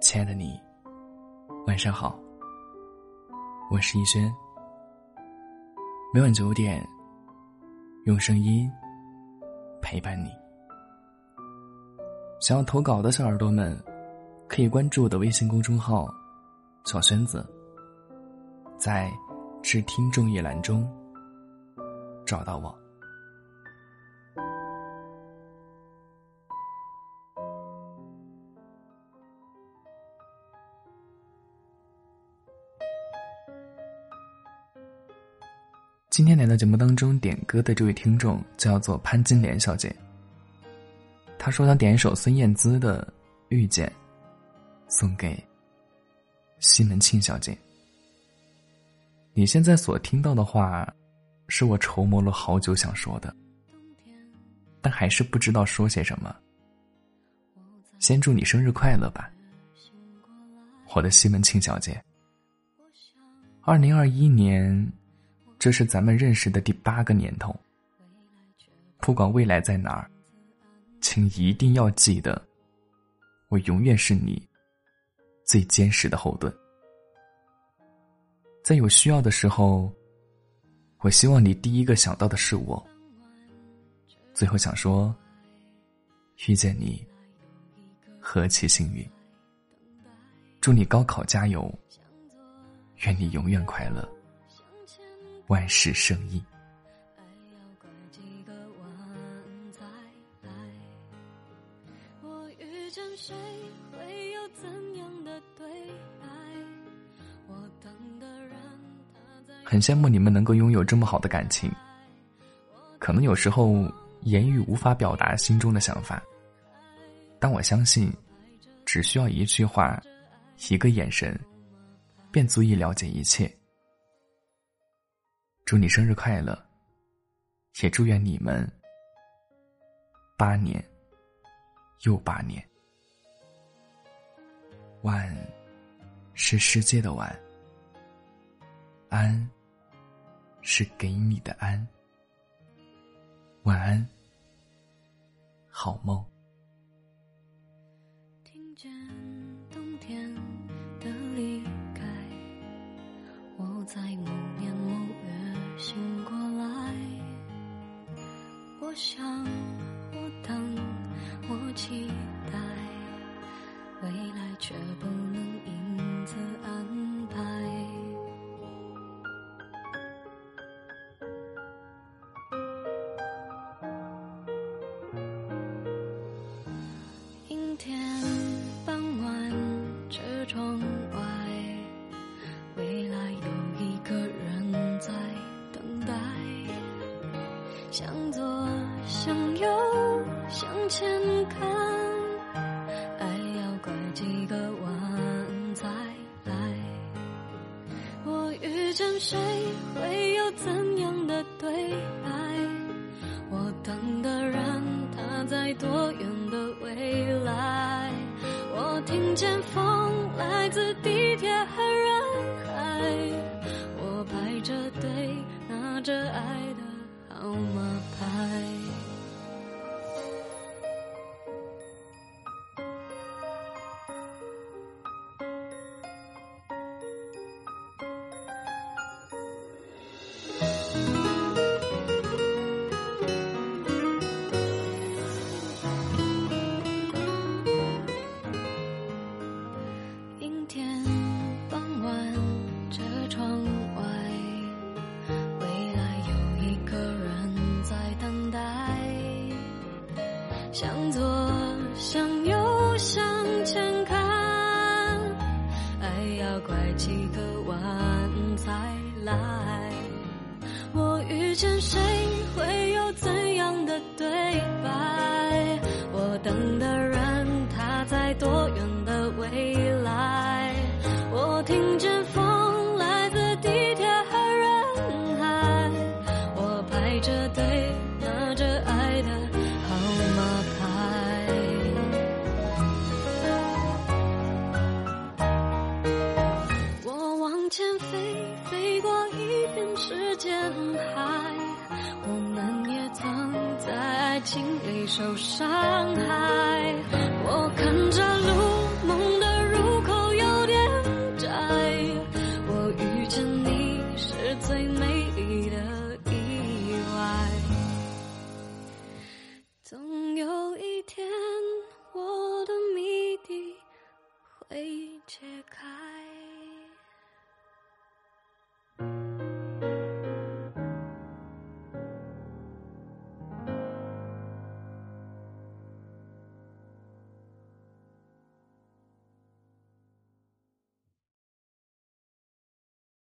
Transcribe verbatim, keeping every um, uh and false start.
亲爱的你，晚上好，我是逸轩。每晚九点，用声音陪伴你。想要投稿的小耳朵们，可以关注我的微信公众号小轩子，在致听众一栏中找到我。今天来到节目当中点歌的这位听众叫做潘金莲小姐，她说她点一首孙燕姿的《遇见》送给西门庆小姐。你现在所听到的话是我筹谋了好久想说的，但还是不知道说些什么。先祝你生日快乐吧，我的西门庆小姐。二零二一年，这是咱们认识的第八个年头。不管未来在哪儿，请一定要记得，我永远是你最坚实的后盾。在有需要的时候，我希望你第一个想到的是我。最后想说，遇见你何其幸运，祝你高考加油，愿你永远快乐，万事胜意。很羡慕你们能够拥有这么好的感情，可能有时候言语无法表达心中的想法，但我相信只需要一句话，一个眼神，便足以了解一切。祝你生日快乐，也祝愿你们八年又八年。晚是世界的晚，安是给你的安。晚安，好梦。 听见冬天的离开，我在某年某月醒过来，我想，我等，我期待，未来却不能因此安排。阴天傍晚，车窗外，未来有一个人在等待，向左向右向前看，爱要拐几个弯才来。我遇见谁会有怎样的对白，我等的人他在多远的未来。我听见风来自地铁和人海，我排着队拿着爱的号码牌。阴天傍晚，车窗外，未来有一个人在等待，向左向右向前看，爱要拐几个弯才来。我遇见谁会有怎样的对白，我等的人他在多远的未来。我听见风来自地铁和人海，我排着队拿着爱的号码牌。我往前飞，飞过一片时间海，我们也曾在爱情里受伤害。我看着路